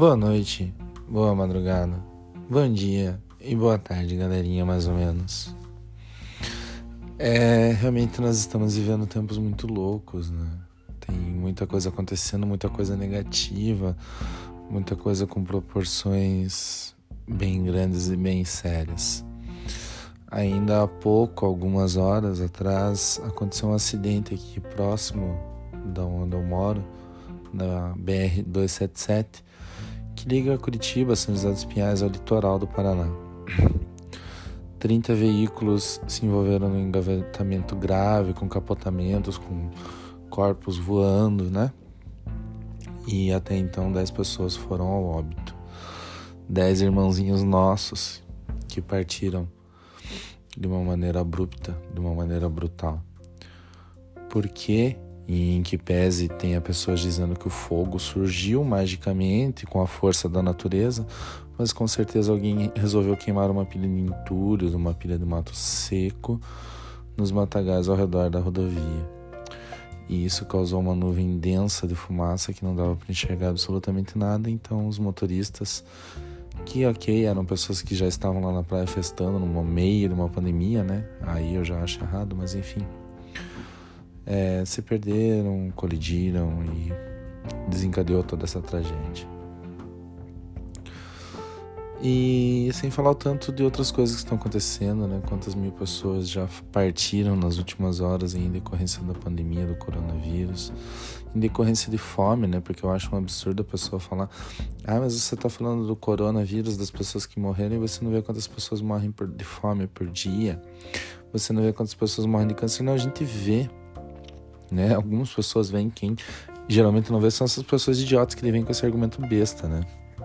Boa noite, boa madrugada, bom dia e boa tarde, galerinha, mais ou menos. Realmente nós estamos vivendo tempos muito loucos, né? Tem muita coisa acontecendo, muita coisa negativa, muita coisa com proporções bem grandes e bem sérias. Ainda há pouco, algumas horas atrás, aconteceu um acidente aqui próximo da onde eu moro, na BR-277, que liga Curitiba, São José dos Pinhais, ao litoral do Paraná. 30 veículos se envolveram no engavetamento grave, com capotamentos, com corpos voando, né? E até então 10 pessoas foram ao óbito. 10 irmãozinhos nossos que partiram de uma maneira abrupta, de uma maneira brutal. Por quê? E em que pese tenha pessoas dizendo que o fogo surgiu magicamente com a força da natureza, mas com certeza alguém resolveu queimar uma pilha de entulhos, uma pilha de mato seco nos matagais ao redor da rodovia. E isso causou uma nuvem densa de fumaça que não dava para enxergar absolutamente nada. Então os motoristas, que eram pessoas que já estavam lá na praia festando no meio de uma pandemia, né? Aí eu já acho errado, mas enfim, se perderam, colidiram e desencadeou toda essa tragédia. E sem falar o tanto de outras coisas que estão acontecendo, né? Quantas mil pessoas já partiram nas últimas horas em decorrência da pandemia do coronavírus, em decorrência de fome, né? Porque eu acho um absurdo a pessoa falar: mas você tá falando do coronavírus, das pessoas que morreram, e você não vê quantas pessoas morrem de fome por dia, você não vê quantas pessoas morrem de câncer. Não, a gente vê, né? Algumas pessoas veem, quem geralmente não vê são essas pessoas idiotas que vêm com esse argumento besta, né?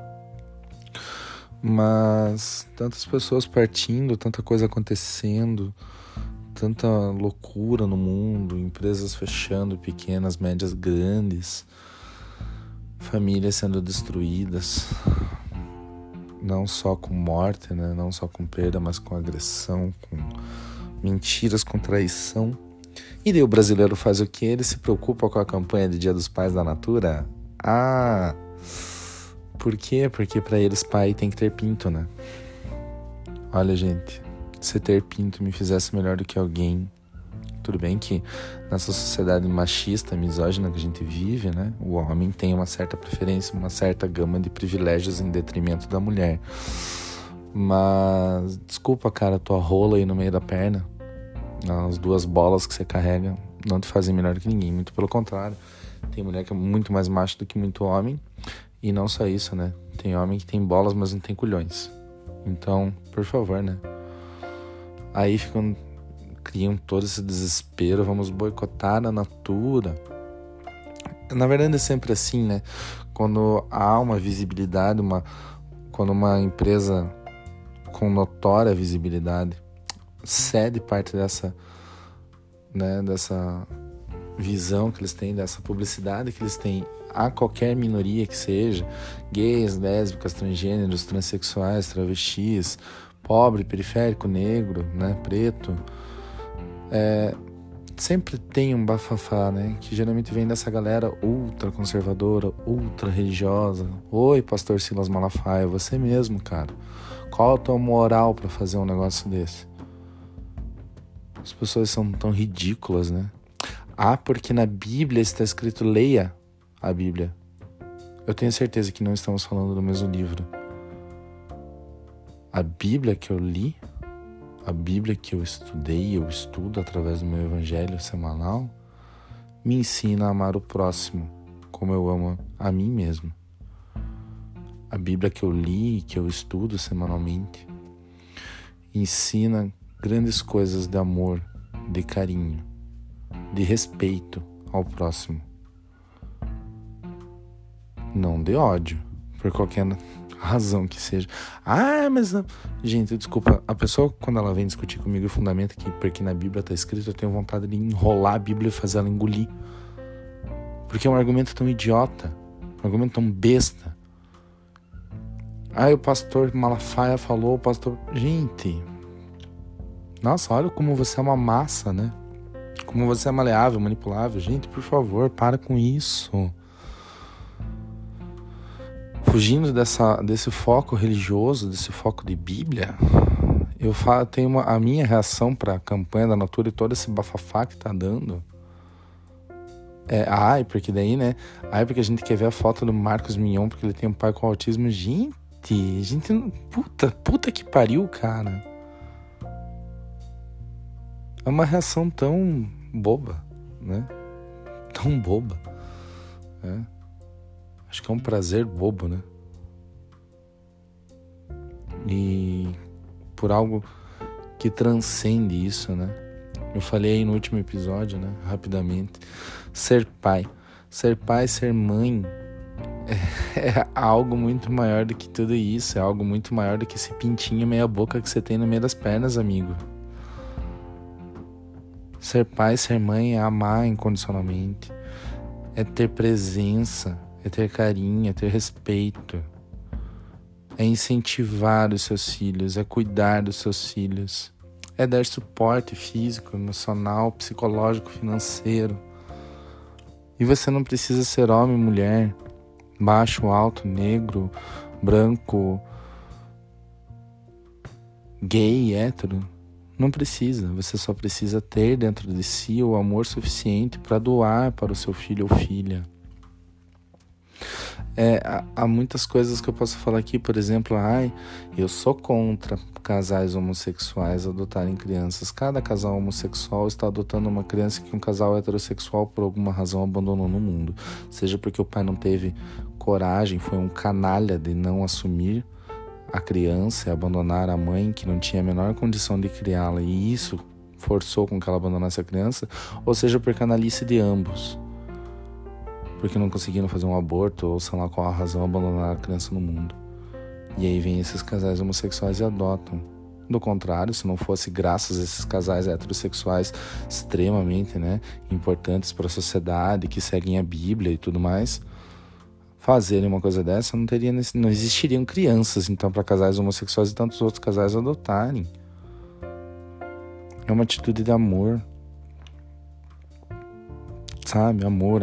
Mas tantas pessoas partindo, tanta coisa acontecendo, tanta loucura no mundo, empresas fechando, pequenas, médias, grandes, famílias sendo destruídas, não só com morte, né? Não só com perda, mas com agressão, com mentiras, com traição. E daí o brasileiro faz o quê? Ele se preocupa com a campanha de Dia dos Pais da Natura? Por quê? Porque pra eles pai tem que ter pinto, né? Olha, gente, se ter pinto me fizesse melhor do que alguém, tudo bem que nessa sociedade machista, misógina que a gente vive, né? O homem tem uma certa preferência, uma certa gama de privilégios em detrimento da mulher. Mas, desculpa, cara, tua rola aí no meio da perna, as 2 bolas que você carrega, não te fazem melhor que ninguém. Muito pelo contrário, tem mulher que é muito mais macho do que muito homem. E não só isso, né? Tem homem que tem bolas, mas não tem culhões. Então, por favor, né? Aí criam todo esse desespero. Vamos boicotar a Natura. Na verdade é sempre assim, né? Quando há uma visibilidade, quando uma empresa com notória visibilidade cede parte dessa, né, dessa visão que eles têm, dessa publicidade que eles têm a qualquer minoria que seja, gays, lésbicas, transgêneros, transexuais, travestis, pobre, periférico, negro, né, preto, sempre tem um bafafá, né, que geralmente vem dessa galera ultra conservadora, ultra religiosa. Oi, pastor Silas Malafaia, você mesmo, cara, qual a tua moral pra fazer um negócio desse? As pessoas são tão ridículas, né? Porque na Bíblia está escrito leia a Bíblia. Eu tenho certeza que não estamos falando do mesmo livro. A Bíblia que eu li, a Bíblia que eu estudei, eu estudo através do meu evangelho semanal, me ensina a amar o próximo como eu amo a mim mesmo. A Bíblia que eu li e que eu estudo semanalmente ensina grandes coisas de amor, de carinho, de respeito ao próximo. Não de ódio, por qualquer razão que seja. Mas... Gente, desculpa, a pessoa quando ela vem discutir comigo o fundamento que porque na Bíblia tá escrito, eu tenho vontade de enrolar a Bíblia e fazer ela engolir. Porque é um argumento tão idiota, um argumento tão besta. O pastor Malafaia falou, o pastor... Gente... Nossa, olha como você é uma massa, né? Como você é maleável, manipulável. Gente, por favor, para com isso. fugindo desse foco religioso, desse foco de Bíblia, tenho a minha reação para a campanha da Natura e todo esse bafafá que tá dando. Porque daí, né? Porque a gente quer ver a foto do Marcos Mion porque ele tem um pai com autismo. Gente, puta que pariu, cara. É uma reação tão boba, né? Tão boba. Acho que é um prazer bobo, né? E por algo que transcende isso, né? Eu falei aí no último episódio, né? Rapidamente. Ser pai, ser mãe é algo muito maior do que tudo isso. É algo muito maior do que esse pintinho meia boca que você tem no meio das pernas, amigo. Ser pai, ser mãe é amar incondicionalmente. É ter presença, é ter carinho, é ter respeito. É incentivar os seus filhos, é cuidar dos seus filhos. É dar suporte físico, emocional, psicológico, financeiro. E você não precisa ser homem, mulher, baixo, alto, negro, branco, gay, hétero. Não precisa. Você só precisa ter dentro de si o amor suficiente para doar para o seu filho ou filha. Há muitas coisas que eu posso falar aqui, por exemplo, eu sou contra casais homossexuais adotarem crianças. Cada casal homossexual está adotando uma criança que um casal heterossexual por alguma razão abandonou no mundo. Seja porque o pai não teve coragem, foi um canalha de não assumir a criança e abandonar a mãe que não tinha a menor condição de criá-la, e isso forçou com que ela abandonasse a criança, ou seja por canalice de ambos, porque não conseguiram fazer um aborto ou sei lá qual a razão, abandonar a criança no mundo. E aí vem esses casais homossexuais e adotam. Do contrário, se não fosse graças a esses casais heterossexuais extremamente, né, importantes para a sociedade, que seguem a Bíblia e tudo mais, fazerem uma coisa dessa, não existiriam crianças então para casais homossexuais e tantos outros casais adotarem. É uma atitude de amor, sabe? Amor.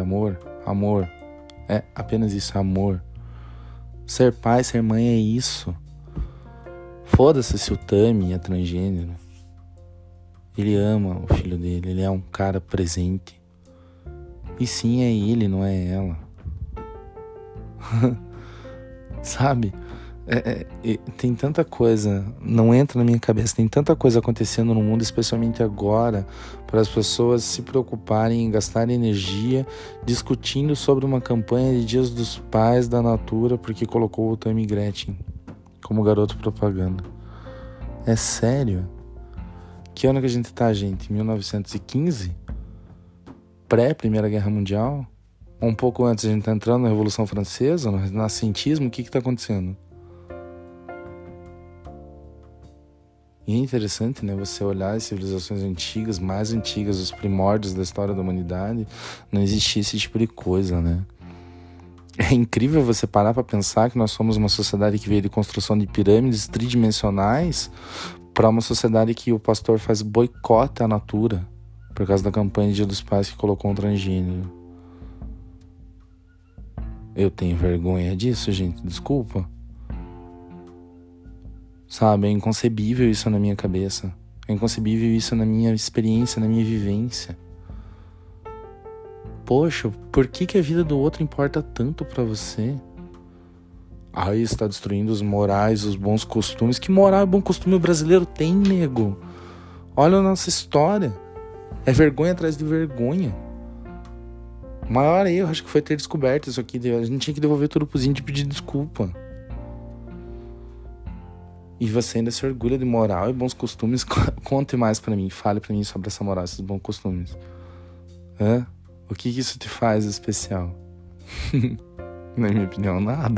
É apenas isso, amor. Ser pai, ser mãe é isso. Foda-se se o Tami é transgênero. Ele ama o filho dele, ele é um cara presente. E sim, é ele, não é ela. Sabe? Tem tanta coisa, não entra na minha cabeça, tem tanta coisa acontecendo no mundo, especialmente agora, para as pessoas se preocuparem em gastar energia discutindo sobre uma campanha de Dias dos Pais da Natura porque colocou o Tammy Gretchen como garoto propaganda. É sério? Que ano que a gente tá, gente? 1915? Pré-Primeira Guerra Mundial? Um pouco antes a gente tá entrando na Revolução Francesa, no renascentismo, o que tá acontecendo? E é interessante, né, você olhar as civilizações antigas, mais antigas, os primórdios da história da humanidade, não existia esse tipo de coisa, né? É incrível você parar para pensar que nós somos uma sociedade que veio de construção de pirâmides tridimensionais para uma sociedade que o pastor faz boicote à natura por causa da campanha de Dia dos Pais que colocou um transgênero. Eu tenho vergonha disso, gente, desculpa. Sabe, é inconcebível isso na minha cabeça. É inconcebível isso na minha experiência, na minha vivência. Poxa, por que a vida do outro importa tanto pra você? Isso tá destruindo os morais, os bons costumes. Que moral e bom costume o brasileiro tem, nego? Olha a nossa história. É vergonha atrás de vergonha. O maior erro, acho que foi ter descoberto isso aqui. A gente tinha que devolver tudo pros índios e pedir desculpa. E você ainda se orgulha de moral e bons costumes. Conte mais pra mim, fale pra mim sobre essa moral, esses bons costumes. O que isso te faz especial? Na minha opinião, nada.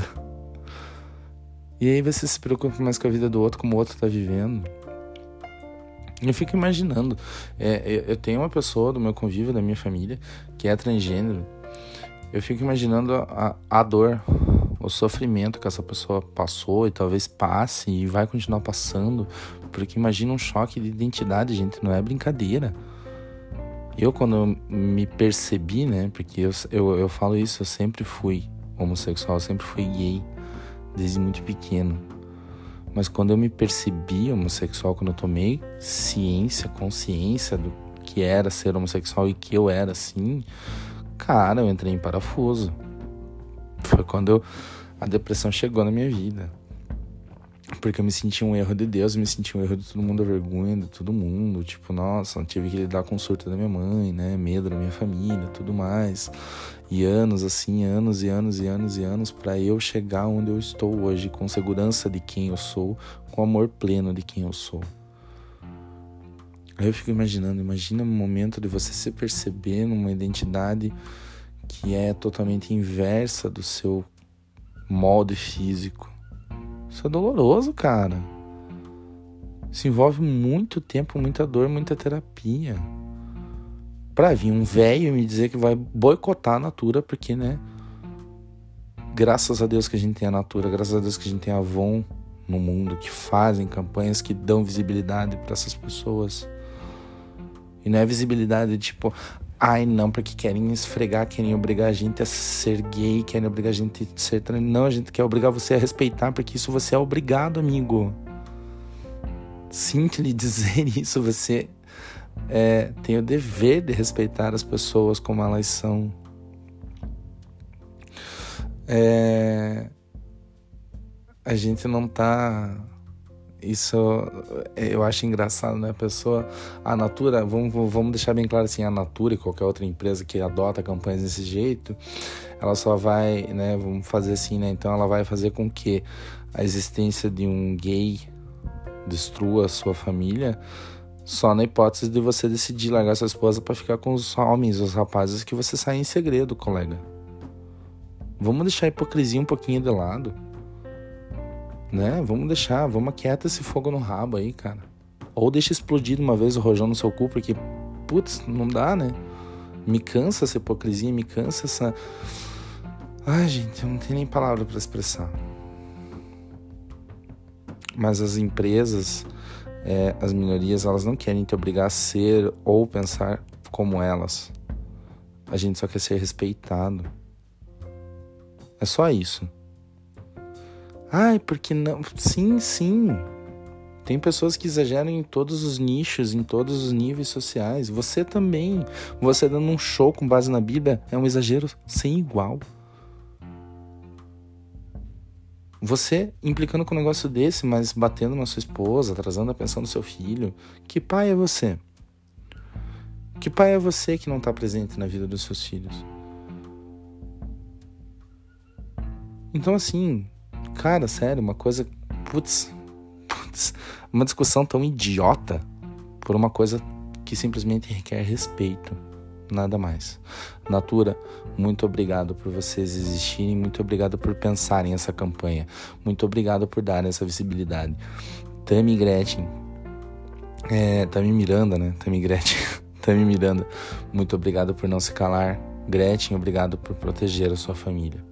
E aí você se preocupa mais com a vida do outro, como o outro tá vivendo. Eu fico imaginando, eu tenho uma pessoa do meu convívio, da minha família, que é transgênero. Eu fico imaginando a dor, o sofrimento que essa pessoa passou e talvez passe e vai continuar passando, porque imagina um choque de identidade, gente, não é brincadeira. Eu, quando eu me percebi, né, porque eu falo isso, eu sempre fui homossexual, eu sempre fui gay, desde muito pequeno. Mas quando eu me percebi homossexual, quando eu tomei consciência do que era ser homossexual e que eu era assim, cara, eu entrei em parafuso. Foi quando a depressão chegou na minha vida. Porque eu me senti um erro de Deus, eu me senti um erro de todo mundo, a vergonha de todo mundo. Tipo, nossa, eu tive que lidar com o surto da minha mãe, né? Medo da minha família, tudo mais. E anos, assim, anos e anos e anos e anos pra eu chegar onde eu estou hoje, com segurança de quem eu sou, com amor pleno de quem eu sou. Aí eu fico imaginando, imagina um momento de você se perceber numa identidade que é totalmente inversa do seu molde físico. Isso é doloroso, cara. Isso envolve muito tempo, muita dor, muita terapia. Pra vir um velho me dizer que vai boicotar a Natura, porque, né? Graças a Deus que a gente tem a Natura, graças a Deus que a gente tem a Avon no mundo, que fazem campanhas que dão visibilidade pra essas pessoas. E não é visibilidade tipo, ai não, porque querem esfregar, querem obrigar a gente a ser gay, querem obrigar a gente a ser trans. Não, a gente quer obrigar você a respeitar, porque isso você é obrigado, amigo. Sinto lhe dizer isso, você tem o dever de respeitar as pessoas como elas são. A gente não tá... Isso eu acho engraçado, né? A Natura, vamos deixar bem claro assim, a Natura e qualquer outra empresa que adota campanhas desse jeito, ela só vai, né? Vamos fazer assim, né? Então ela vai fazer com que a existência de um gay destrua a sua família, só na hipótese de você decidir largar sua esposa para ficar com os homens, os rapazes que você sai em segredo, colega. Vamos deixar a hipocrisia um pouquinho de lado, né? Vamos aquietar esse fogo no rabo aí, cara. Ou deixa explodir de uma vez o rojão no seu cu, porque, putz, não dá, né? Me cansa essa hipocrisia, me cansa essa... Ai, gente, eu não tenho nem palavra para expressar. Mas as empresas, as minorias, elas não querem te obrigar a ser ou pensar como elas. A gente só quer ser respeitado. É só isso. Ai, porque não... Sim. Tem pessoas que exageram em todos os nichos, em todos os níveis sociais. Você também. Você dando um show com base na Bíblia é um exagero sem igual. Você implicando com um negócio desse, mas batendo na sua esposa, atrasando a pensão do seu filho. Que pai é você? Que pai é você que não está presente na vida dos seus filhos? Então, assim, cara, sério, uma coisa... Putz, uma discussão tão idiota por uma coisa que simplesmente requer respeito. Nada mais. Natura, muito obrigado por vocês existirem, muito obrigado por pensarem essa campanha, muito obrigado por darem essa visibilidade. Tami Gretchen, Tami Miranda, né? Tami Miranda, muito obrigado por não se calar. Gretchen, obrigado por proteger a sua família.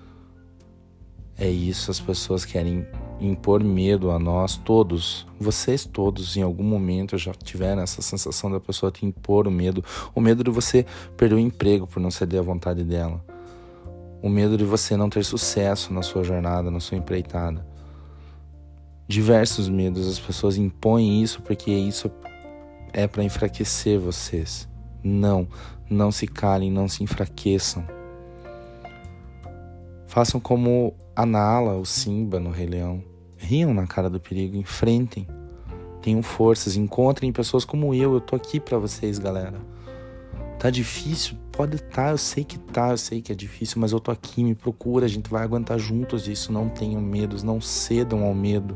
É isso, as pessoas querem impor medo a nós todos. Vocês todos, em algum momento, já tiveram essa sensação da pessoa te impor o medo de você perder o emprego por não ceder à vontade dela, o medo de você não ter sucesso na sua jornada, na sua empreitada. Diversos medos, as pessoas impõem isso porque isso é para enfraquecer vocês. Não se calem, não se enfraqueçam. Façam como a Nala, o Simba no Rei Leão. Riam na cara do perigo, enfrentem. Tenham forças, encontrem pessoas como eu tô aqui pra vocês, galera. Tá difícil? Pode estar, eu sei que é difícil, mas eu tô aqui, me procura, a gente vai aguentar juntos isso. Não tenham medos, não cedam ao medo.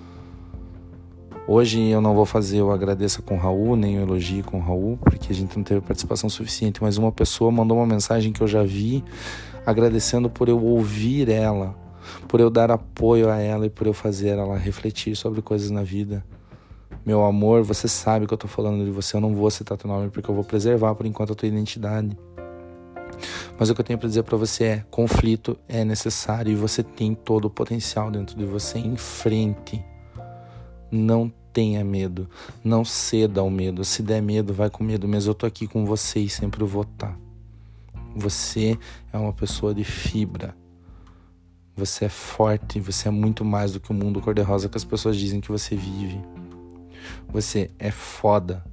Hoje eu não vou fazer o agradeça com o Raul, nem o elogio com o Raul, porque a gente não teve participação suficiente, mas uma pessoa mandou uma mensagem que eu já vi, agradecendo por eu ouvir ela, por eu dar apoio a ela e por eu fazer ela refletir sobre coisas na vida. Meu amor, você sabe que eu tô falando de você, eu não vou citar teu nome porque eu vou preservar por enquanto a tua identidade. Mas o que eu tenho para dizer para você é, conflito é necessário e você tem todo o potencial dentro de você. Em frente. Não tenha medo, não ceda ao medo. Se der medo, vai com medo mesmo. Eu tô aqui com você e sempre vou estar. Você é uma pessoa de fibra. Você é forte, você é muito mais do que o mundo cor-de-rosa que as pessoas dizem que você vive. Você é foda.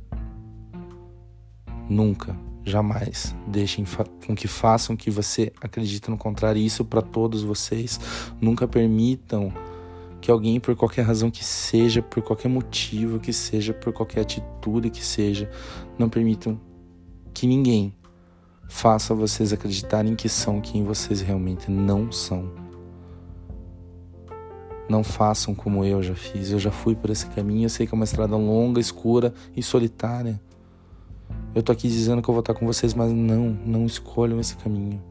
Nunca, jamais deixem com que façam que você acredite no contrário. Isso para todos vocês. Nunca permitam que alguém, por qualquer razão que seja, por qualquer motivo que seja, por qualquer atitude que seja, não permitam que ninguém faça vocês acreditarem que são quem vocês realmente não são. Não façam como eu já fiz. Eu já fui por esse caminho. Eu sei que é uma estrada longa, escura e solitária. Eu tô aqui dizendo que eu vou estar com vocês, mas não escolham esse caminho.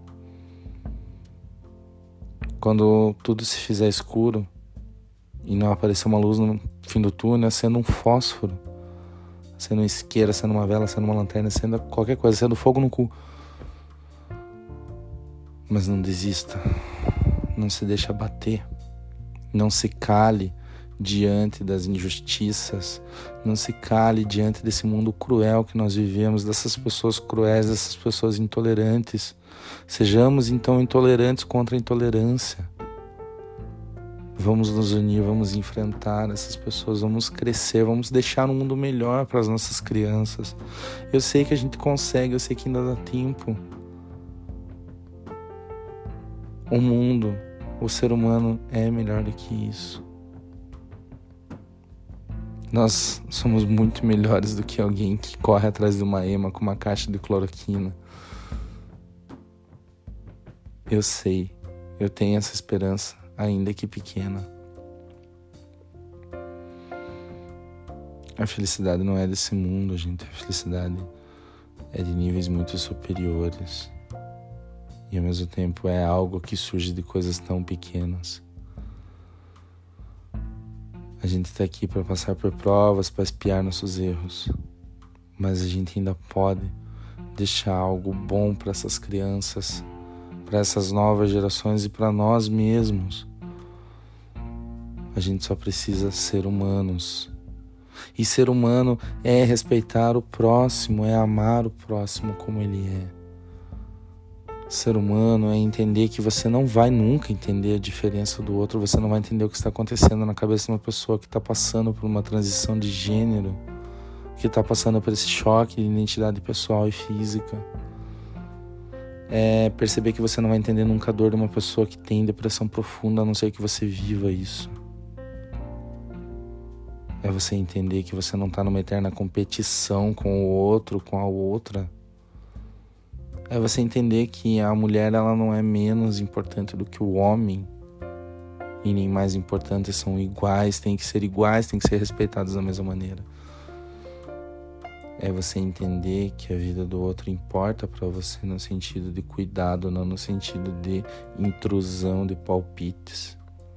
Quando tudo se fizer escuro e não aparecer uma luz no fim do túnel, acenda um fósforo, acenda uma isqueira, acenda uma vela, acenda uma lanterna, acenda qualquer coisa, acenda fogo no cu. Mas não desista, não se deixe abater, não se cale diante das injustiças, não se cale diante desse mundo cruel que nós vivemos, dessas pessoas cruéis, dessas pessoas intolerantes. Sejamos então intolerantes contra a intolerância. Vamos nos unir, vamos enfrentar essas pessoas, vamos crescer, vamos deixar um mundo melhor para as nossas crianças. Eu sei que a gente consegue, eu sei que ainda dá tempo. O mundo, o ser humano é melhor do que isso. Nós somos muito melhores do que alguém que corre atrás de uma ema com uma caixa de cloroquina. Eu sei, eu tenho essa esperança, ainda que pequena. A felicidade não é desse mundo, gente. A felicidade é de níveis muito superiores. E ao mesmo tempo é algo que surge de coisas tão pequenas. A gente está aqui para passar por provas, para espiar nossos erros. Mas a gente ainda pode deixar algo bom para essas crianças, para essas novas gerações e para nós mesmos. A gente só precisa ser humanos. E ser humano é respeitar o próximo, é amar o próximo como ele é. Ser humano é entender que você não vai nunca entender a diferença do outro, você não vai entender o que está acontecendo na cabeça de uma pessoa que está passando por uma transição de gênero, que está passando por esse choque de identidade pessoal e física. É perceber que você não vai entender nunca a dor de uma pessoa que tem depressão profunda, a não ser que você viva isso. É você entender que você não está numa eterna competição com o outro, com a outra. É você entender que a mulher ela não é menos importante do que o homem e nem mais importante, são iguais, tem que ser respeitados da mesma maneira. É você entender que a vida do outro importa para você no sentido de cuidado, não no sentido de intrusão, de palpites.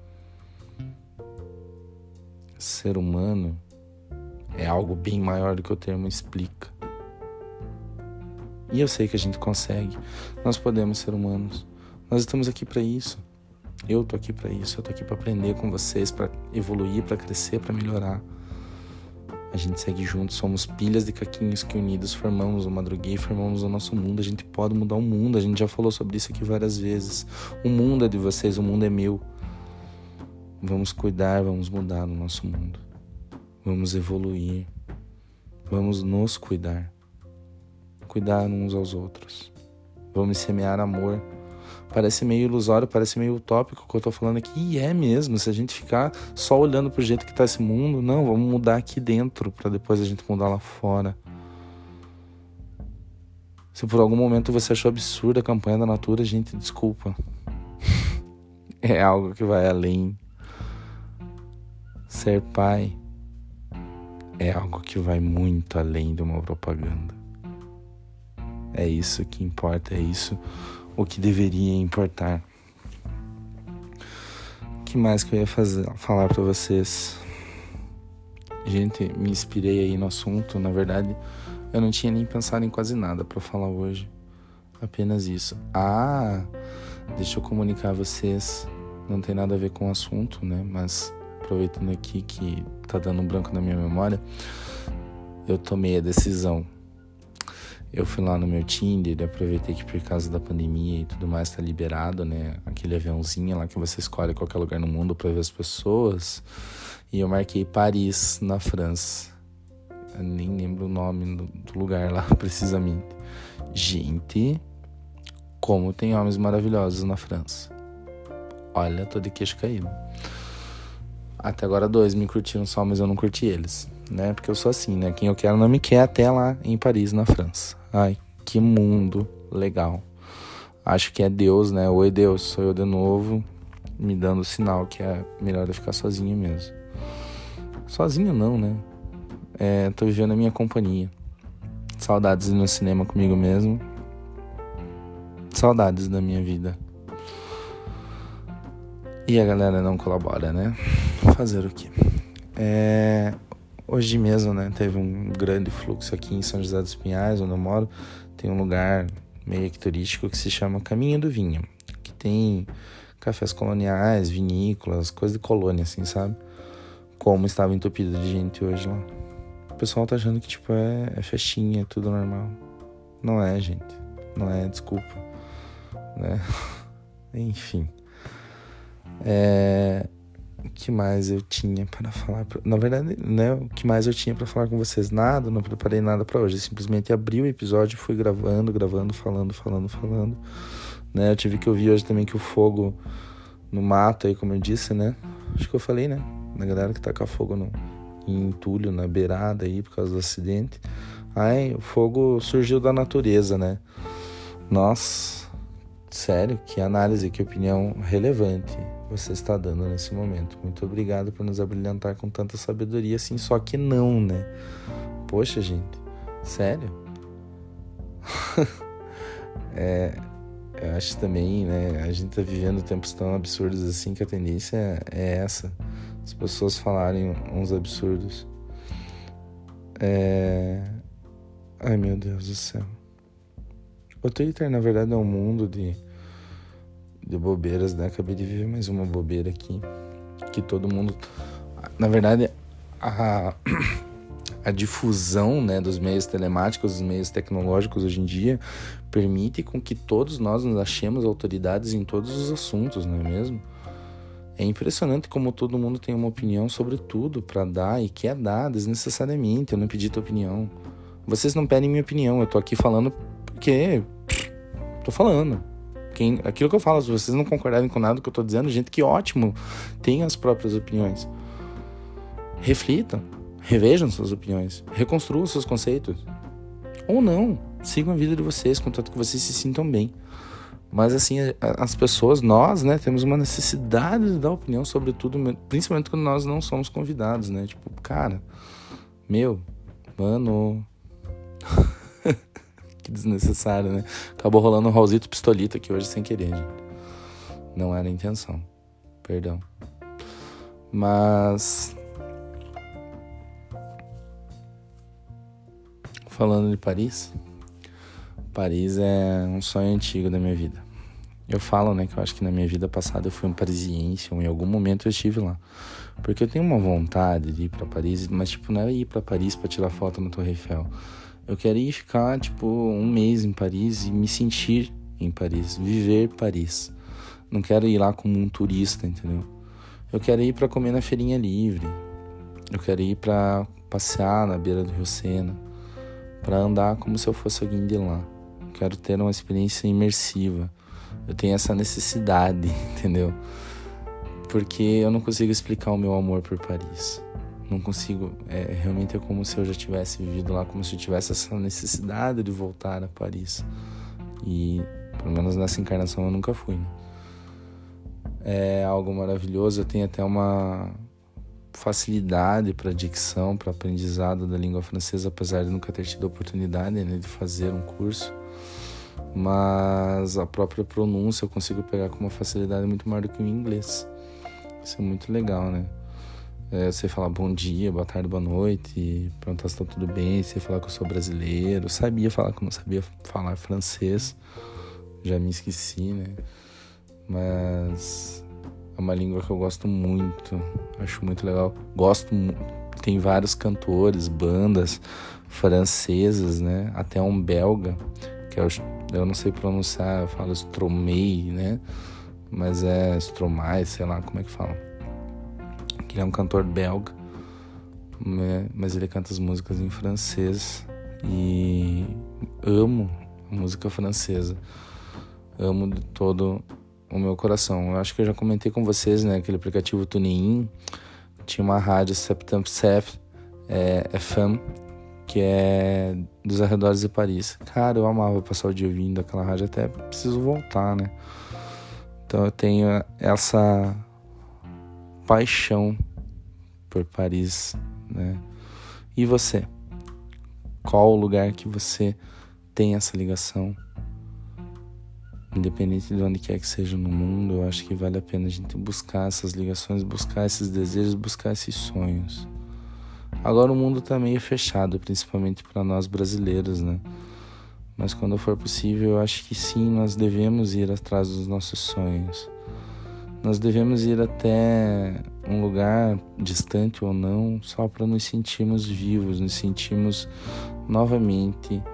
Ser humano é algo bem maior do que o termo explica. E eu sei que a gente consegue. Nós podemos ser humanos. Nós estamos aqui para isso. Eu tô aqui para isso. Eu tô aqui para aprender com vocês, para evoluir, para crescer, para melhorar. A gente segue juntos. Somos pilhas de caquinhos que unidos formamos o Madruguei, formamos o nosso mundo. A gente pode mudar o mundo. A gente já falou sobre isso aqui várias vezes. O mundo é de vocês, o mundo é meu. Vamos cuidar, vamos mudar o nosso mundo. Vamos evoluir. Vamos nos cuidar. Cuidar uns aos outros. Vamos semear amor. Parece meio ilusório, parece meio utópico o que eu tô falando aqui. E é mesmo, se a gente ficar só olhando pro jeito que tá esse mundo, não, vamos mudar aqui dentro pra depois a gente mudar lá fora. Se por algum momento você achou absurda a campanha da Natura, gente, desculpa. É algo que vai além. Ser pai é algo que vai muito além de uma propaganda. É isso que importa, é isso o que deveria importar. O que mais que eu ia falar pra vocês? Gente, me inspirei aí no assunto. Na verdade, eu não tinha nem pensado em quase nada pra falar hoje. Apenas isso. Deixa eu comunicar a vocês. Não tem nada a ver com o assunto, né? Mas aproveitando aqui que tá dando um branco na minha memória, eu tomei a decisão. Eu fui lá no meu Tinder, aproveitei que por causa da pandemia e tudo mais tá liberado, né? Aquele aviãozinho lá que você escolhe qualquer lugar no mundo pra ver as pessoas. E eu marquei Paris, na França. Eu nem lembro o nome do lugar lá, precisamente. Gente, como tem homens maravilhosos na França. Olha, tô de queixo caído. Até agora 2 me curtiram só, mas eu não curti eles, né? Porque eu sou assim, né? Quem eu quero não me quer até lá em Paris, na França. Ai, que mundo legal. Acho que é Deus, né? Oi, Deus, sou eu de novo, me dando sinal que é melhor eu ficar sozinho mesmo. Sozinho não, né? Tô vivendo a minha companhia. Saudades de ir no cinema comigo mesmo. Saudades da minha vida. E a galera não colabora, né? Fazer o quê? Hoje mesmo, né, teve um grande fluxo aqui em São José dos Pinhais, onde eu moro. Tem um lugar meio que turístico que se chama Caminho do Vinho, que tem cafés coloniais, vinícolas, coisa de colônia, assim, sabe? Como estava entupido de gente hoje lá. O pessoal tá achando que, tipo, é festinha, é tudo normal. Não é, gente. Não é, desculpa. Né? Enfim. O que mais eu tinha para falar? Na verdade, né? O que mais eu tinha para falar com vocês? Nada, não preparei nada para hoje. Eu simplesmente abri o episódio e fui gravando, falando. Né? Eu tive que ouvir hoje também que o fogo no mato aí, como eu disse, né? Acho que eu falei, né? Na galera que taca fogo em entulho, na beirada aí, por causa do acidente. Ai, o fogo surgiu da natureza, né? Nossa, sério, que análise, que opinião relevante você está dando nesse momento. Muito obrigado por nos abrilhantar com tanta sabedoria assim, só que não, né? Poxa, gente, sério? Eu acho também, né? A gente tá vivendo tempos tão absurdos assim que a tendência é essa. As pessoas falarem uns absurdos. Ai, meu Deus do céu. O Twitter, na verdade, é um mundo de bobeiras, né? Acabei de viver mais uma bobeira aqui. Que todo mundo... Na verdade, a difusão, né, dos meios telemáticos, dos meios tecnológicos hoje em dia permite com que todos nós nos achemos autoridades em todos os assuntos, não é mesmo? É impressionante como todo mundo tem uma opinião sobre tudo para dar e quer dar desnecessariamente. Eu não pedi tua opinião. Vocês não pedem minha opinião. Eu tô aqui falando porque tô falando. Aquilo que eu falo, se vocês não concordarem com nada que eu tô dizendo, gente, que ótimo. Tenham as próprias opiniões. Reflitam. Revejam suas opiniões. Reconstruam seus conceitos. Ou não. Sigam a vida de vocês, contanto que vocês se sintam bem. Mas assim, as pessoas, nós, né, temos uma necessidade de dar opinião sobre tudo, principalmente quando nós não somos convidados, né? Tipo, cara, mano... Que desnecessário, né? Acabou rolando um Raulzito Pistolito aqui hoje sem querer, gente. Não era a intenção. Perdão. Mas... Falando de Paris... Paris é um sonho antigo da minha vida. Eu falo, né, que eu acho que na minha vida passada eu fui um parisiense, ou em algum momento eu estive lá. Porque eu tenho uma vontade de ir pra Paris, mas, tipo, não é ir pra Paris pra tirar foto na Torre Eiffel. Eu quero ir ficar, tipo, um mês em Paris e me sentir em Paris, viver Paris. Não quero ir lá como um turista, entendeu? Eu quero ir pra comer na feirinha livre. Eu quero ir pra passear na beira do Rio Sena. Pra andar como se eu fosse alguém de lá. Quero ter uma experiência imersiva. Eu tenho essa necessidade, entendeu? Porque eu não consigo explicar o meu amor por Paris. Não consigo. Realmente é como se eu já tivesse vivido lá, como se eu tivesse essa necessidade de voltar a Paris. E, pelo menos nessa encarnação, eu nunca fui, né? É algo maravilhoso. Eu tenho até uma facilidade para dicção, para aprendizado da língua francesa, apesar de nunca ter tido a oportunidade, né, de fazer um curso. Mas a própria pronúncia eu consigo pegar com uma facilidade muito maior do que o inglês. Isso é muito legal, né? Eu sei falar bom dia, boa tarde, boa noite, perguntar se tá tudo bem, sei falar que eu sou brasileiro. Eu sabia falar que eu não sabia falar francês, já me esqueci, né? Mas é uma língua que eu gosto muito, acho muito legal. tem vários cantores, bandas francesas, né? Até um belga, que eu não sei pronunciar, eu falo Stromae, né? Mas é Stromae, sei lá como é que fala. Que é um cantor belga, né? Mas ele canta as músicas em francês e amo a música francesa. Amo de todo o meu coração. Eu acho que eu já comentei com vocês, né? Aquele aplicativo TuneIn. Tinha uma rádio Septembre FM, que é dos arredores de Paris. Cara, eu amava passar o dia ouvindo aquela rádio, até preciso voltar, né? Então eu tenho essa paixão por Paris, né? E você? Qual o lugar que você tem essa ligação? Independente de onde quer que seja no mundo, eu acho que vale a pena a gente buscar essas ligações, buscar esses desejos, buscar esses sonhos. Agora o mundo tá meio fechado, principalmente para nós brasileiros, né? Mas quando for possível, eu acho que sim, nós devemos ir atrás dos nossos sonhos. Nós devemos ir até um lugar, distante ou não, só para nos sentirmos vivos, nos sentirmos novamente,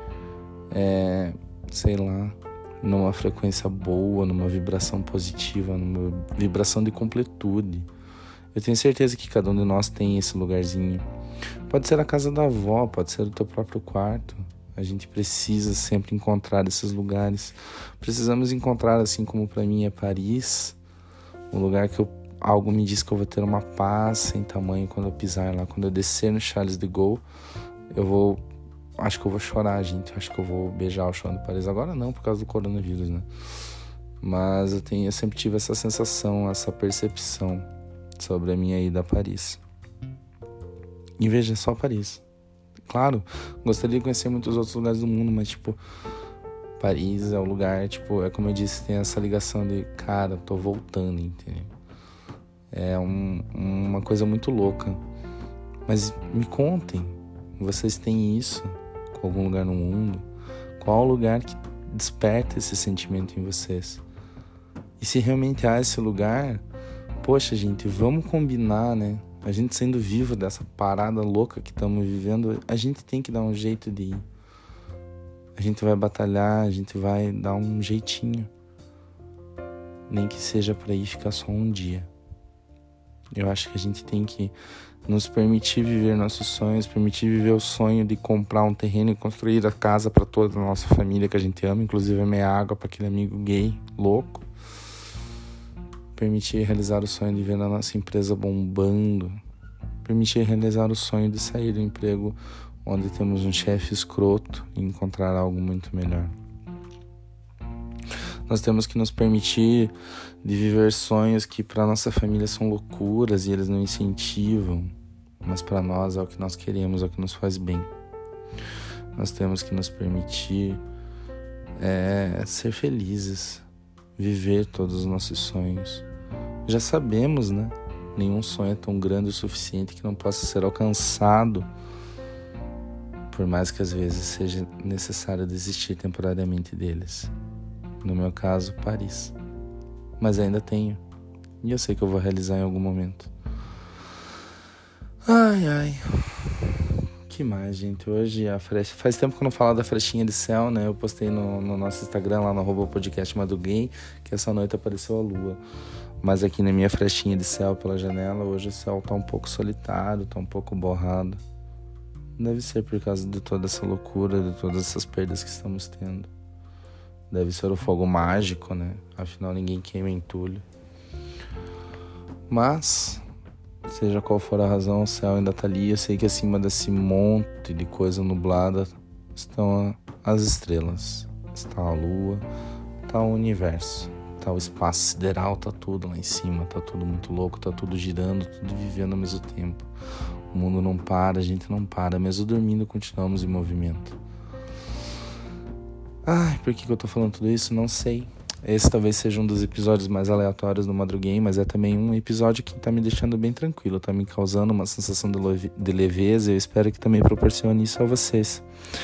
sei lá, numa frequência boa, numa vibração positiva, numa vibração de completude. Eu tenho certeza que cada um de nós tem esse lugarzinho. Pode ser a casa da avó, pode ser o teu próprio quarto. A gente precisa sempre encontrar esses lugares. Precisamos encontrar, assim como para mim é Paris, um lugar que algo me diz que eu vou ter uma paz sem tamanho quando eu pisar lá. Quando eu descer no Charles de Gaulle, acho que eu vou chorar, gente. Acho que eu vou beijar o chão de Paris. Agora não, por causa do coronavírus, né? Mas eu sempre tive essa sensação, essa percepção sobre a minha ida a Paris. E veja, só Paris. Claro, gostaria de conhecer muitos outros lugares do mundo, mas, Paris é o lugar, é como eu disse, tem essa ligação de, cara, tô voltando, entendeu? É uma coisa muito louca. Mas me contem, vocês têm isso com algum lugar no mundo? Qual o lugar que desperta esse sentimento em vocês? E se realmente há esse lugar, poxa, gente, vamos combinar, né? A gente sendo vivo dessa parada louca que estamos vivendo, a gente tem que dar um jeito de ir. A gente vai batalhar, a gente vai dar um jeitinho. Nem que seja para ir ficar só um dia. Eu acho que a gente tem que nos permitir viver nossos sonhos, permitir viver o sonho de comprar um terreno e construir a casa para toda a nossa família que a gente ama, inclusive a minha água para aquele amigo gay louco. Permitir realizar o sonho de ver a nossa empresa bombando. Permitir realizar o sonho de sair do emprego onde temos um chefe escroto e encontrar algo muito melhor. Nós temos que nos permitir de viver sonhos que para nossa família são loucuras e eles não incentivam, mas para nós é o que nós queremos, é o que nos faz bem. Nós temos que nos permitir ser felizes, viver todos os nossos sonhos. Já sabemos, né? Nenhum sonho é tão grande o suficiente que não possa ser alcançado, por mais que às vezes seja necessário desistir temporariamente deles. No meu caso, Paris. Mas ainda tenho. E eu sei que eu vou realizar em algum momento. Ai. Que mais, gente? Hoje faz tempo que eu não falo da frestinha de céu, né? Eu postei no nosso Instagram, lá no @podcastmadruguei, que essa noite apareceu a lua. Mas aqui na minha frestinha de céu pela janela, hoje o céu tá um pouco solitário, tá um pouco borrado. Deve ser por causa de toda essa loucura, de todas essas perdas que estamos tendo. Deve ser o fogo mágico, né? Afinal, ninguém queima entulho. Mas, seja qual for a razão, o céu ainda tá ali. Eu sei que acima desse monte de coisa nublada estão as estrelas. Está a lua, está o universo, está o espaço sideral, tá tudo lá em cima. Tá tudo muito louco, tá tudo girando, tudo vivendo ao mesmo tempo. O mundo não para, a gente não para. Mesmo dormindo, continuamos em movimento. Ai, por que eu tô falando tudo isso? Não sei. Esse talvez seja um dos episódios mais aleatórios do Madruguei, mas é também um episódio que tá me deixando bem tranquilo, tá me causando uma sensação de leveza. Eu espero que também proporcione isso a vocês.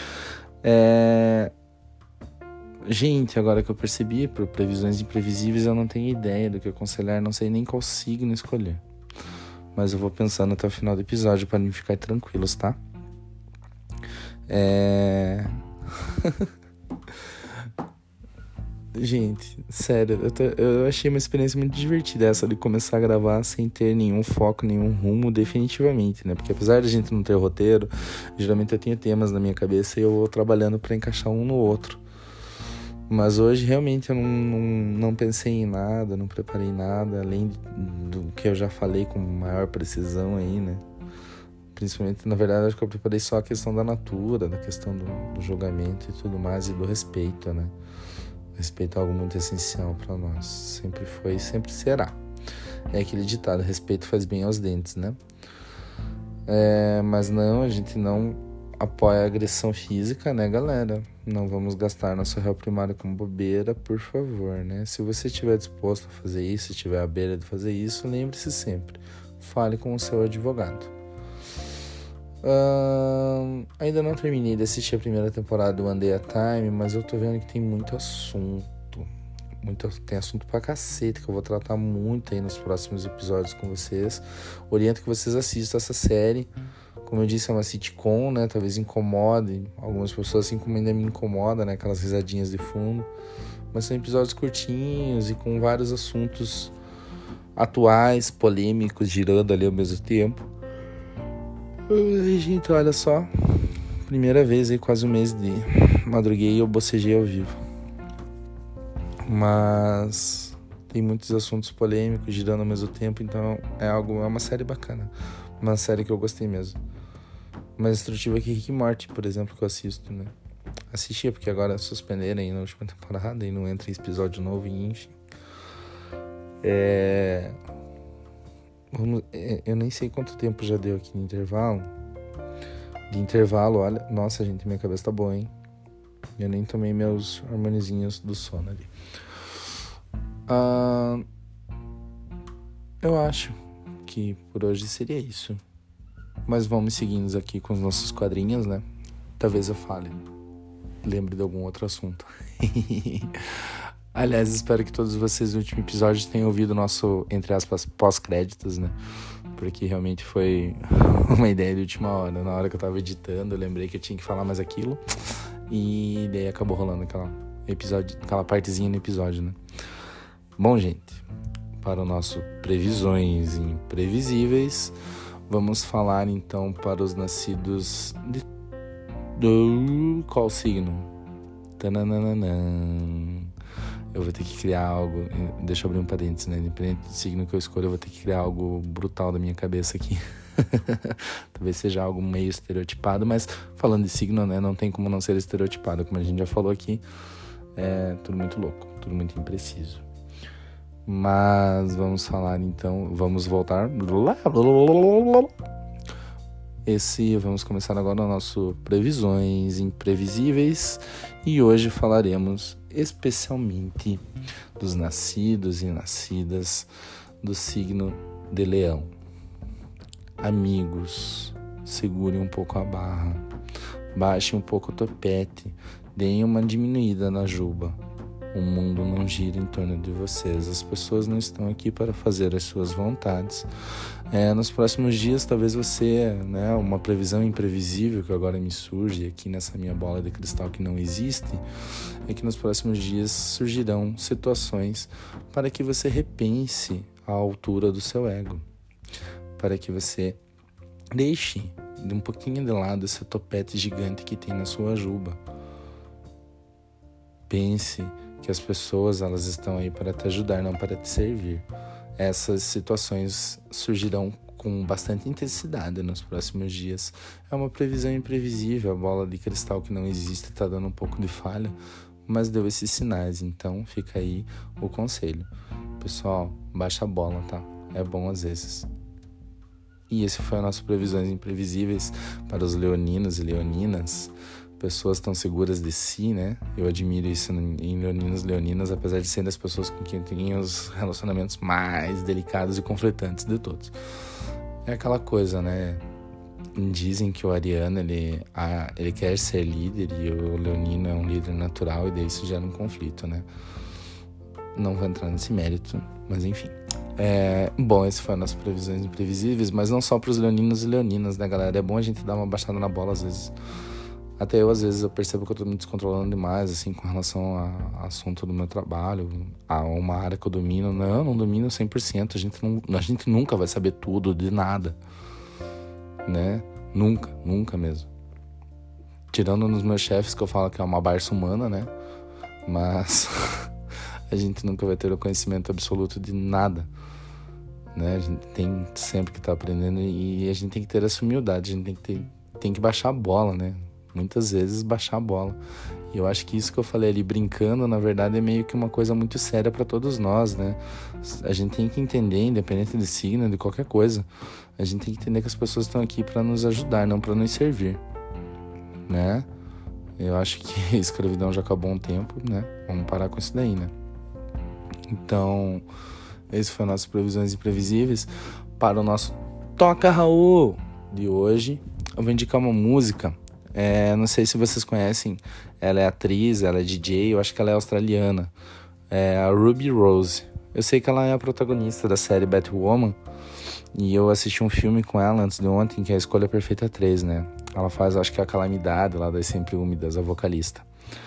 Gente, agora que eu percebi, por previsões imprevisíveis, eu não tenho ideia do que aconselhar, não sei nem qual signo escolher. mas eu vou pensando até o final do episódio para ficar tranquilos, tá? Gente, sério, eu achei uma experiência muito divertida essa de começar a gravar sem ter nenhum foco, nenhum rumo definitivamente, né? Porque apesar de a gente não ter roteiro, geralmente eu tenho temas na minha cabeça e eu vou trabalhando para encaixar um no outro. Mas hoje realmente eu não pensei em nada, não preparei nada, além do que eu já falei com maior precisão aí, né? Principalmente, na verdade, acho que eu preparei só a questão da natura, da questão do julgamento e tudo mais, e do respeito, né? Respeito é algo muito essencial para nós. Sempre foi e sempre será. É aquele ditado, respeito faz bem aos dentes, né? Mas não, a gente não apoia a agressão física, né, galera? Não vamos gastar nosso réu primário com bobeira, por favor, né? Se você estiver disposto a fazer isso, se estiver à beira de fazer isso, lembre-se sempre, fale com o seu advogado. Ainda não terminei de assistir a primeira temporada do One Day at a Time, mas eu tô vendo que tem muito assunto. Tem assunto pra cacete que eu vou tratar muito aí nos próximos episódios com vocês. Oriento que vocês assistam essa série. Como eu disse, é uma sitcom, né? Talvez incomode algumas pessoas, assim como ainda me incomoda, né? Aquelas risadinhas de fundo. Mas são episódios curtinhos e com vários assuntos atuais, polêmicos, girando ali ao mesmo tempo. Ai, gente, olha só. Primeira vez aí, quase um mês de madruguei e eu bocejei ao vivo. Mas tem muitos assuntos polêmicos girando ao mesmo tempo, então é uma série bacana. Uma série que eu gostei mesmo. Mais instrutiva que Rick e Morty, por exemplo, que eu assisto, né? Assistia, porque agora suspenderam aí na última temporada e não entra em episódio novo, e enfim. Eu nem sei quanto tempo já deu aqui de intervalo, olha. Nossa, gente, minha cabeça tá boa, hein? Eu nem tomei meus hormonizinhos do sono ali. Eu acho que por hoje seria isso. Mas vamos seguindo aqui com os nossos quadrinhos, né? Talvez eu lembre de algum outro assunto. Aliás, espero que todos vocês no último episódio tenham ouvido o nosso, entre aspas, pós-créditos, né? Porque realmente foi uma ideia de última hora. Na hora que eu tava editando, eu lembrei que eu tinha que falar mais aquilo. E daí acabou rolando aquela partezinha no episódio, né? Bom, gente, para o nosso Previsões Imprevisíveis, vamos falar então para os nascidos do qual signo? Tananana. Eu vou ter que criar algo, deixa eu abrir um parênteses, né? Independente do signo que eu escolho, eu vou ter que criar algo brutal da minha cabeça aqui. Talvez seja algo meio estereotipado, mas falando de signo, né? Não tem como não ser estereotipado, como a gente já falou aqui. É tudo muito louco, tudo muito impreciso. Mas vamos falar então, vamos voltar. Vamos começar agora o nosso Previsões Imprevisíveis e hoje falaremos especialmente dos nascidos e nascidas do signo de Leão. Amigos, segurem um pouco a barra, baixem um pouco o topete, deem uma diminuída na juba. O mundo não gira em torno de vocês. As pessoas não estão aqui para fazer as suas vontades. Nos próximos dias, talvez você, né, uma previsão imprevisível que agora me surge aqui nessa minha bola de cristal que não existe, é que nos próximos dias surgirão situações para que você repense a altura do seu ego. Para que você deixe um pouquinho de lado esse topete gigante que tem na sua juba. Pense que as pessoas, elas estão aí para te ajudar, não para te servir. Essas situações surgirão com bastante intensidade nos próximos dias. É uma previsão imprevisível, a bola de cristal que não existe está dando um pouco de falha, mas deu esses sinais, então fica aí o conselho. Pessoal, baixa a bola, tá? É bom às vezes. E esse foi o nosso Previsões Imprevisíveis para os leoninos e leoninas. Pessoas tão seguras de si, né? Eu admiro isso em leoninos e leoninas, apesar de serem as pessoas com quem tem os relacionamentos mais delicados e conflitantes de todos. É aquela coisa, né? Dizem que o ariano, ele quer ser líder e o leonino é um líder natural e daí isso gera um conflito, né? Não vou entrar nesse mérito, mas enfim. Bom, esse foi as previsões imprevisíveis, mas não só para os leoninos e leoninas, né, galera? É bom a gente dar uma baixada na bola às vezes. Até eu, às vezes, eu percebo que eu tô me descontrolando demais, assim, com relação a assunto do meu trabalho, a uma área que eu domino. Não domino 100%, a gente nunca vai saber tudo de nada, né? Nunca mesmo. Tirando nos meus chefes, que eu falo que é uma barça humana, né? Mas a gente nunca vai ter o conhecimento absoluto de nada, né? A gente tem sempre que estar aprendendo e a gente tem que ter essa humildade, a gente tem que baixar a bola, né? Muitas vezes baixar a bola. E eu acho que isso que eu falei ali brincando, na verdade, é meio que uma coisa muito séria para todos nós, né? A gente tem que entender, independente de signo, de qualquer coisa, a gente tem que entender que as pessoas estão aqui para nos ajudar, não para nos servir, né? Eu acho que a escravidão já acabou há um tempo, né? Vamos parar com isso daí, né? Então, esse foi nossas previsões imprevisíveis. Para o nosso Toca Raul de hoje, eu vou indicar uma música. Não sei se vocês conhecem, ela é atriz, ela é DJ, eu acho que ela é australiana, a Ruby Rose. Eu sei que ela é a protagonista da série Batwoman, e eu assisti um filme com ela antes de ontem, que é a Escolha Perfeita 3, né? Ela faz, acho que a Calamidade lá das Sempre Úmidas, a vocalista.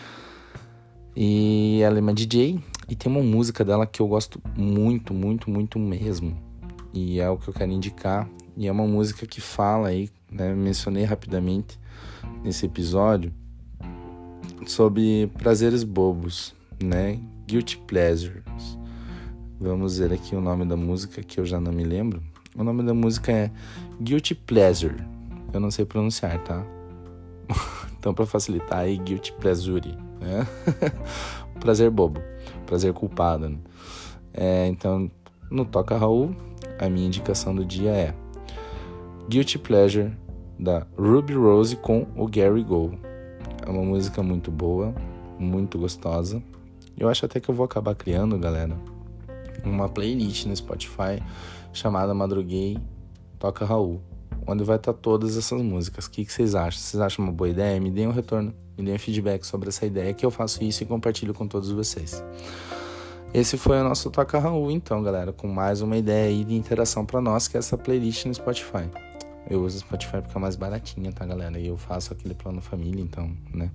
E ela é uma DJ, e tem uma música dela que eu gosto muito, muito, muito mesmo, e é o que eu quero indicar, e é uma música que fala aí, né? Mencionei rapidamente nesse episódio sobre prazeres bobos, né? Guilty Pleasures. Vamos ver aqui o nome da música, que eu já não me lembro. O nome da música é Guilty Pleasure. Eu não sei pronunciar, tá? Então, para facilitar aí, Guilty Pleasure, né? Prazer bobo, prazer culpado, né? Então, no Toca Raul, a minha indicação do dia é Guilty Pleasure, da Ruby Rose com o Gary Go. É uma música muito boa, muito gostosa. Eu acho até que eu vou acabar criando, galera, uma playlist no Spotify chamada Madruguei Toca Raul, onde vai estar todas essas músicas. O que vocês acham? Vocês acham uma boa ideia? Me deem um retorno, me deem um feedback sobre essa ideia, que eu faço isso e compartilho com todos vocês. Esse foi o nosso Toca Raul, então, galera, com mais uma ideia aí de interação para nós, que é essa playlist no Spotify. Eu uso o Spotify porque é mais baratinha, tá, galera? E eu faço aquele plano família, então, né?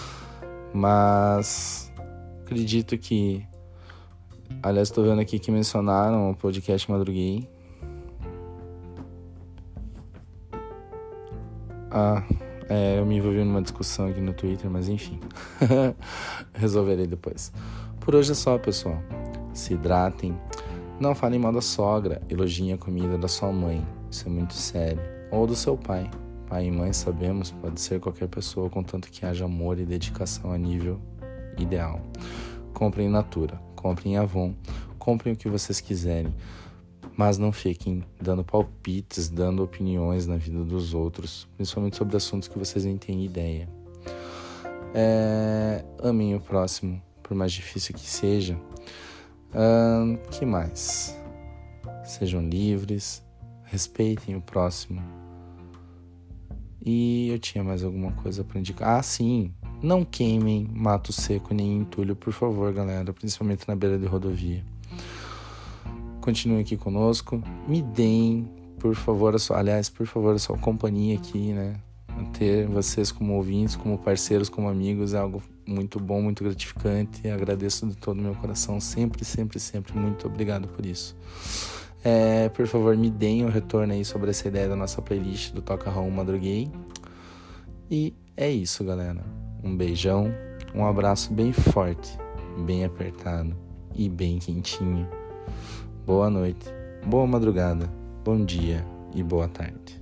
Mas acredito que... Aliás, estou vendo aqui que mencionaram o podcast Madruguei. Eu me envolvi numa discussão aqui no Twitter, mas enfim. Resolverei depois. Por hoje é só, pessoal. Se hidratem. Não falem mal da sogra. Elogiem a comida da sua mãe. Isso é muito sério. Ou do seu pai. Pai e mãe, sabemos, pode ser qualquer pessoa, contanto que haja amor e dedicação a nível ideal. Comprem Natura, comprem Avon, comprem o que vocês quiserem, mas não fiquem dando palpites, dando opiniões na vida dos outros, principalmente sobre assuntos que vocês nem têm ideia. Amem o próximo, por mais difícil que seja. Que mais? Sejam livres, respeitem o próximo. E eu tinha mais alguma coisa para indicar. Sim, não queimem mato seco nem entulho, por favor, galera, principalmente na beira de rodovia. Continuem aqui conosco, me deem, por favor, a sua companhia aqui, né? Ter vocês como ouvintes, como parceiros, como amigos é algo muito bom, muito gratificante. Agradeço de todo o meu coração, sempre, sempre, sempre, muito obrigado por isso. Por favor, me deem um retorno aí sobre essa ideia da nossa playlist do Toca Raul Madruguei. E é isso, galera. Um beijão, um abraço bem forte, bem apertado e bem quentinho. Boa noite, boa madrugada, bom dia e boa tarde.